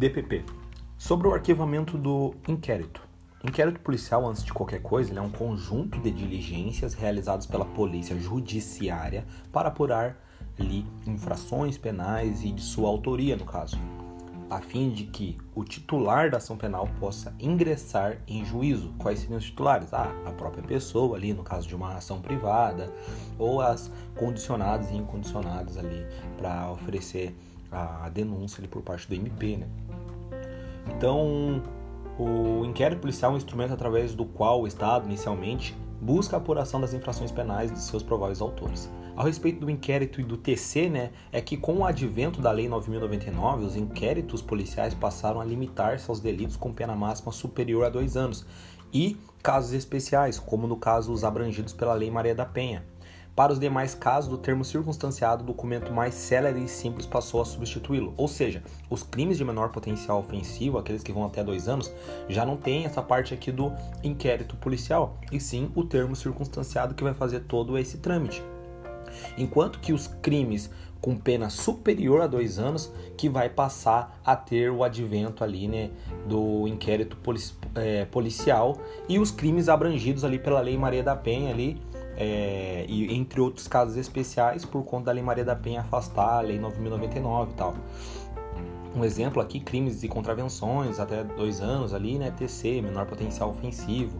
DPP. Sobre o arquivamento do inquérito. Inquérito policial, antes de qualquer coisa, ele é um conjunto de diligências realizadas pela polícia judiciária para apurar ali infrações penais e de sua autoria, no caso, a fim de que o titular da ação penal possa ingressar em juízo. Quais seriam os titulares? A própria pessoa ali, no caso de uma ação privada, ou as condicionadas e incondicionadas ali para oferecer a denúncia ali por parte do MP, né? Então, o inquérito policial é um instrumento através do qual o Estado, inicialmente, busca a apuração das infrações penais de seus prováveis autores. Ao respeito do inquérito e do TC, é que com o advento da Lei 9.099, os inquéritos policiais passaram a limitar-se aos delitos com pena máxima superior a 2 anos e casos especiais, como no caso os abrangidos pela Lei Maria da Penha. Para os demais casos, do termo circunstanciado, o documento mais célere e simples passou a substituí-lo. Ou seja, os crimes de menor potencial ofensivo, aqueles que vão até 2 anos, já não tem essa parte aqui do inquérito policial, e sim o termo circunstanciado que vai fazer todo esse trâmite. Enquanto que os crimes com pena superior a 2 anos, que vai passar a ter o advento ali, do inquérito policial, e os crimes abrangidos ali pela Lei Maria da Penha ali, e entre outros casos especiais, por conta da Lei Maria da Penha afastar a Lei 9.099 e tal. Um exemplo aqui, crimes e contravenções até 2 anos ali, TC, menor potencial ofensivo,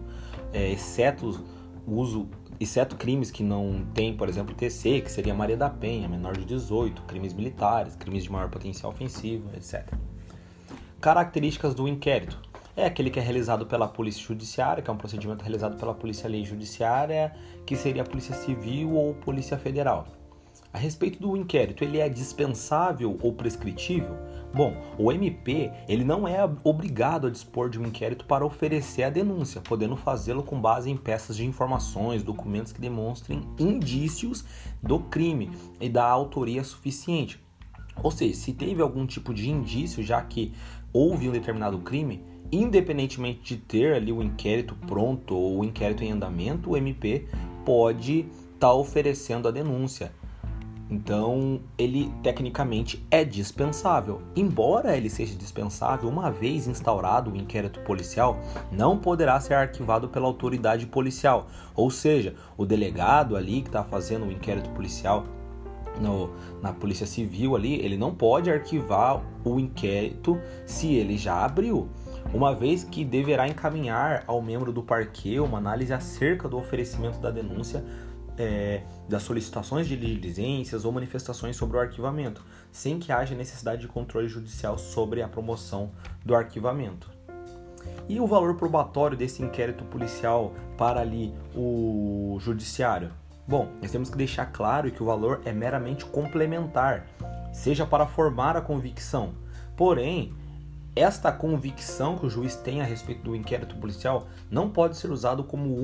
exceto crimes que não tem, por exemplo, TC, que seria Maria da Penha, menor de 18, crimes militares, crimes de maior potencial ofensivo, etc. Características do inquérito. É aquele que é realizado pela Polícia Judiciária, que é um procedimento realizado pela Polícia Lei Judiciária, que seria a Polícia Civil ou Polícia Federal. A respeito do inquérito, ele é dispensável ou prescritível? Bom, o MP ele não é obrigado a dispor de um inquérito para oferecer a denúncia, podendo fazê-lo com base em peças de informações, documentos que demonstrem indícios do crime e da autoria suficiente. Ou seja, se teve algum tipo de indício, já que houve um determinado crime, independentemente de ter ali o inquérito pronto ou o inquérito em andamento, o MP pode estar oferecendo a denúncia. Então, ele tecnicamente é dispensável. Embora ele seja dispensável, uma vez instaurado o inquérito policial, não poderá ser arquivado pela autoridade policial. Ou seja, o delegado ali que está fazendo o inquérito policial na Polícia Civil ali, ele não pode arquivar o inquérito se ele já abriu, uma vez que deverá encaminhar ao membro do parquê uma análise acerca do oferecimento da denúncia, das solicitações de diligências ou manifestações sobre o arquivamento, sem que haja necessidade de controle judicial sobre a promoção do arquivamento. E o valor probatório desse inquérito policial para ali o judiciário? Bom, nós temos que deixar claro que o valor é meramente complementar, seja para formar a convicção. Porém, esta convicção que o juiz tem a respeito do inquérito policial não pode ser usado como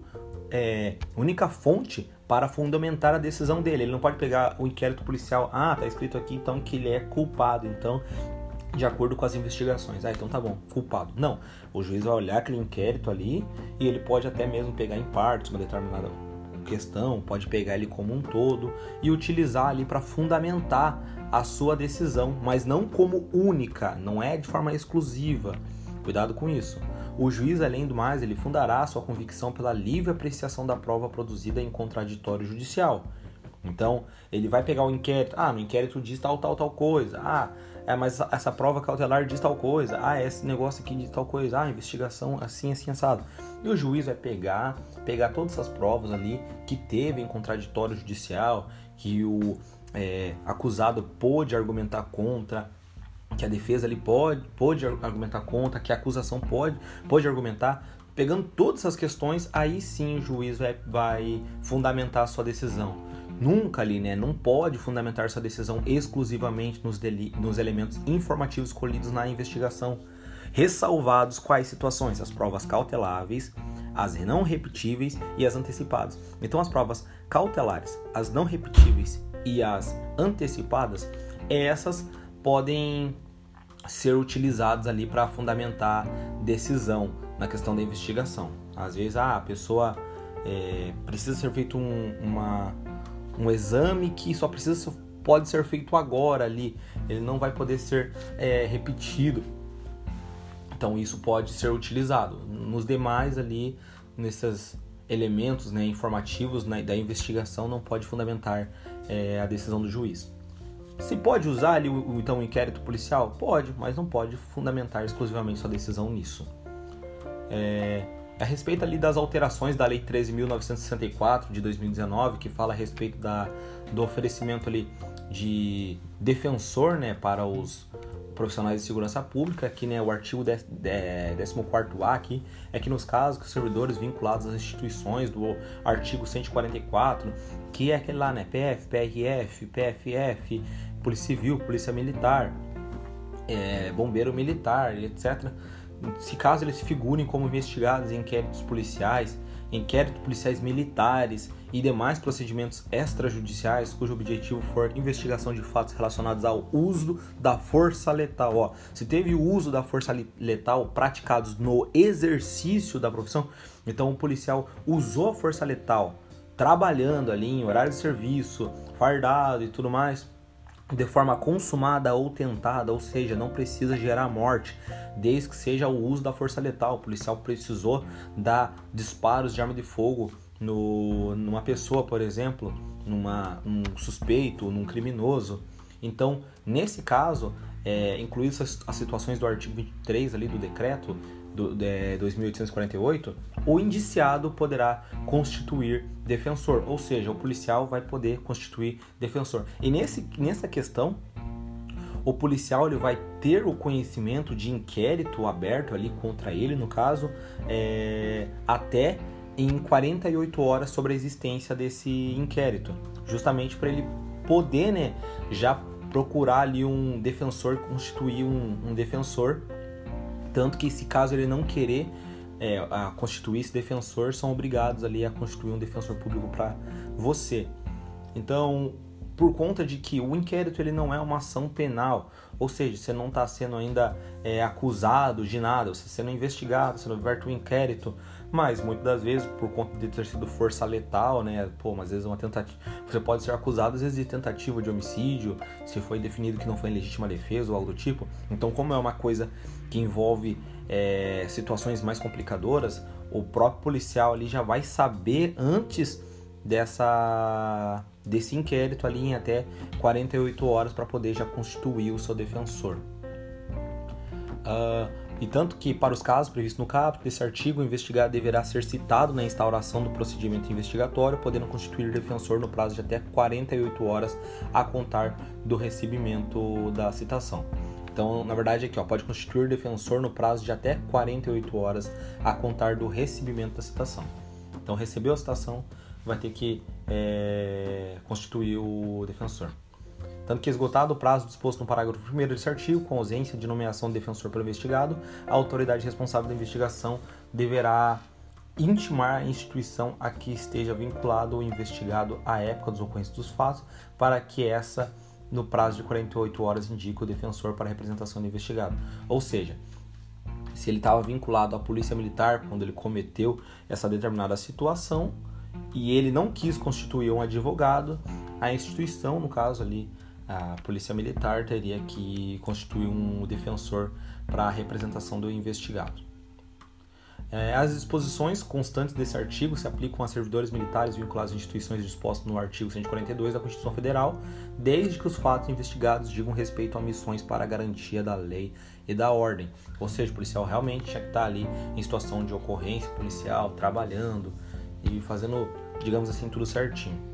única fonte para fundamentar a decisão dele. Ele não pode pegar o inquérito policial, tá escrito aqui então que ele é culpado, então de acordo com as investigações, então tá bom, culpado. Não, o juiz vai olhar aquele inquérito ali e ele pode até mesmo pegar em partes uma determinada questão, pode pegar ele como um todo e utilizar ali para fundamentar a sua decisão, mas não como única, não é de forma exclusiva. Cuidado com isso. O juiz, além do mais, ele fundará a sua convicção pela livre apreciação da prova produzida em contraditório judicial. Então, ele vai pegar o inquérito, no inquérito diz tal coisa, mas essa prova cautelar diz tal coisa, esse negócio aqui diz tal coisa, a investigação assim, assado. E o juiz vai pegar todas essas provas ali que teve em contraditório judicial, que o acusado pôde argumentar contra, que a defesa ali pôde argumentar contra, que a acusação pode argumentar. Pegando todas essas questões, aí sim o juiz vai fundamentar a sua decisão. Nunca ali, não pode fundamentar sua decisão exclusivamente nos elementos informativos escolhidos na investigação, ressalvados quais situações? As provas cauteláveis, as não repetíveis e as antecipadas. Então as provas cautelares, as não repetíveis e as antecipadas, essas podem ser utilizadas ali para fundamentar decisão na questão da investigação. Às vezes a pessoa precisa ser feito um exame que só precisa pode ser feito agora ali, ele não vai poder ser repetido. Então isso pode ser utilizado. Nos demais ali, nesses elementos, né, informativos, né, da investigação, não pode fundamentar a decisão do juiz. Se pode usar ali então o inquérito policial? Pode, mas não pode fundamentar exclusivamente sua decisão nisso. A respeito ali das alterações da Lei 13.964 de 2019, que fala a respeito do oferecimento ali de defensor, né, para os profissionais de segurança pública, aqui, né, o artigo 14º-A aqui, é que nos casos que os servidores vinculados às instituições do artigo 144, que é aquele lá, né, PF, PRF, PFF, Polícia Civil, Polícia Militar, Bombeiro Militar, etc., se caso eles figurem como investigados em inquéritos policiais militares e demais procedimentos extrajudiciais cujo objetivo for investigação de fatos relacionados ao uso da força letal. Se teve o uso da força letal praticados no exercício da profissão, então o policial usou a força letal trabalhando ali em horário de serviço, fardado e tudo mais, de forma consumada ou tentada, ou seja, não precisa gerar morte, desde que seja o uso da força letal. O policial precisou dar disparos de arma de fogo numa pessoa, por exemplo, num suspeito, num criminoso. Então, nesse caso, incluídas as situações do artigo 23 ali do decreto 2.848, o indiciado poderá constituir defensor, ou seja, o policial vai poder constituir defensor. E nessa questão, o policial ele vai ter o conhecimento de inquérito aberto ali contra ele, no caso, até em 48 horas sobre a existência desse inquérito, justamente para ele poder, né, já procurar ali um defensor, constituir um defensor. Tanto que, se caso ele não querer constituir esse defensor, são obrigados ali a constituir um defensor público para você. Então, por conta de que o inquérito ele não é uma ação penal, ou seja, você não está sendo ainda acusado de nada, você está sendo investigado, sendo aberto um inquérito, mas muitas das vezes, por conta de ter sido força letal, né, às vezes uma tentativa, você pode ser acusado às vezes de tentativa de homicídio, se foi definido que não foi em legítima defesa ou algo do tipo. Então, como é uma coisa que envolve situações mais complicadoras, o próprio policial ali já vai saber antes desse inquérito ali em até 48 horas para poder já constituir o seu defensor. E tanto que, para os casos previstos no caput desse artigo, o investigado deverá ser citado na instauração do procedimento investigatório, podendo constituir defensor no prazo de até 48 horas a contar do recebimento da citação. Então, na verdade, aqui, pode constituir defensor no prazo de até 48 horas a contar do recebimento da citação. Então, recebeu a citação, vai ter que constituir o defensor. Tanto que, esgotado o prazo disposto no parágrafo 1º desse artigo, com ausência de nomeação de defensor pelo investigado, a autoridade responsável da investigação deverá intimar a instituição a que esteja vinculado o investigado à época dos ocorrências dos fatos, para que essa, no prazo de 48 horas, indique o defensor para a representação do investigado. Ou seja, se ele estava vinculado à polícia militar quando ele cometeu essa determinada situação e ele não quis constituir um advogado, a instituição, no caso ali, a polícia militar, teria que constituir um defensor para a representação do investigado. As disposições constantes desse artigo se aplicam a servidores militares vinculados a instituições dispostas no artigo 142 da Constituição Federal, desde que os fatos investigados digam respeito a missões para a garantia da lei e da ordem. Ou seja, o policial realmente tinha que estar ali em situação de ocorrência policial, trabalhando e fazendo, digamos assim, tudo certinho.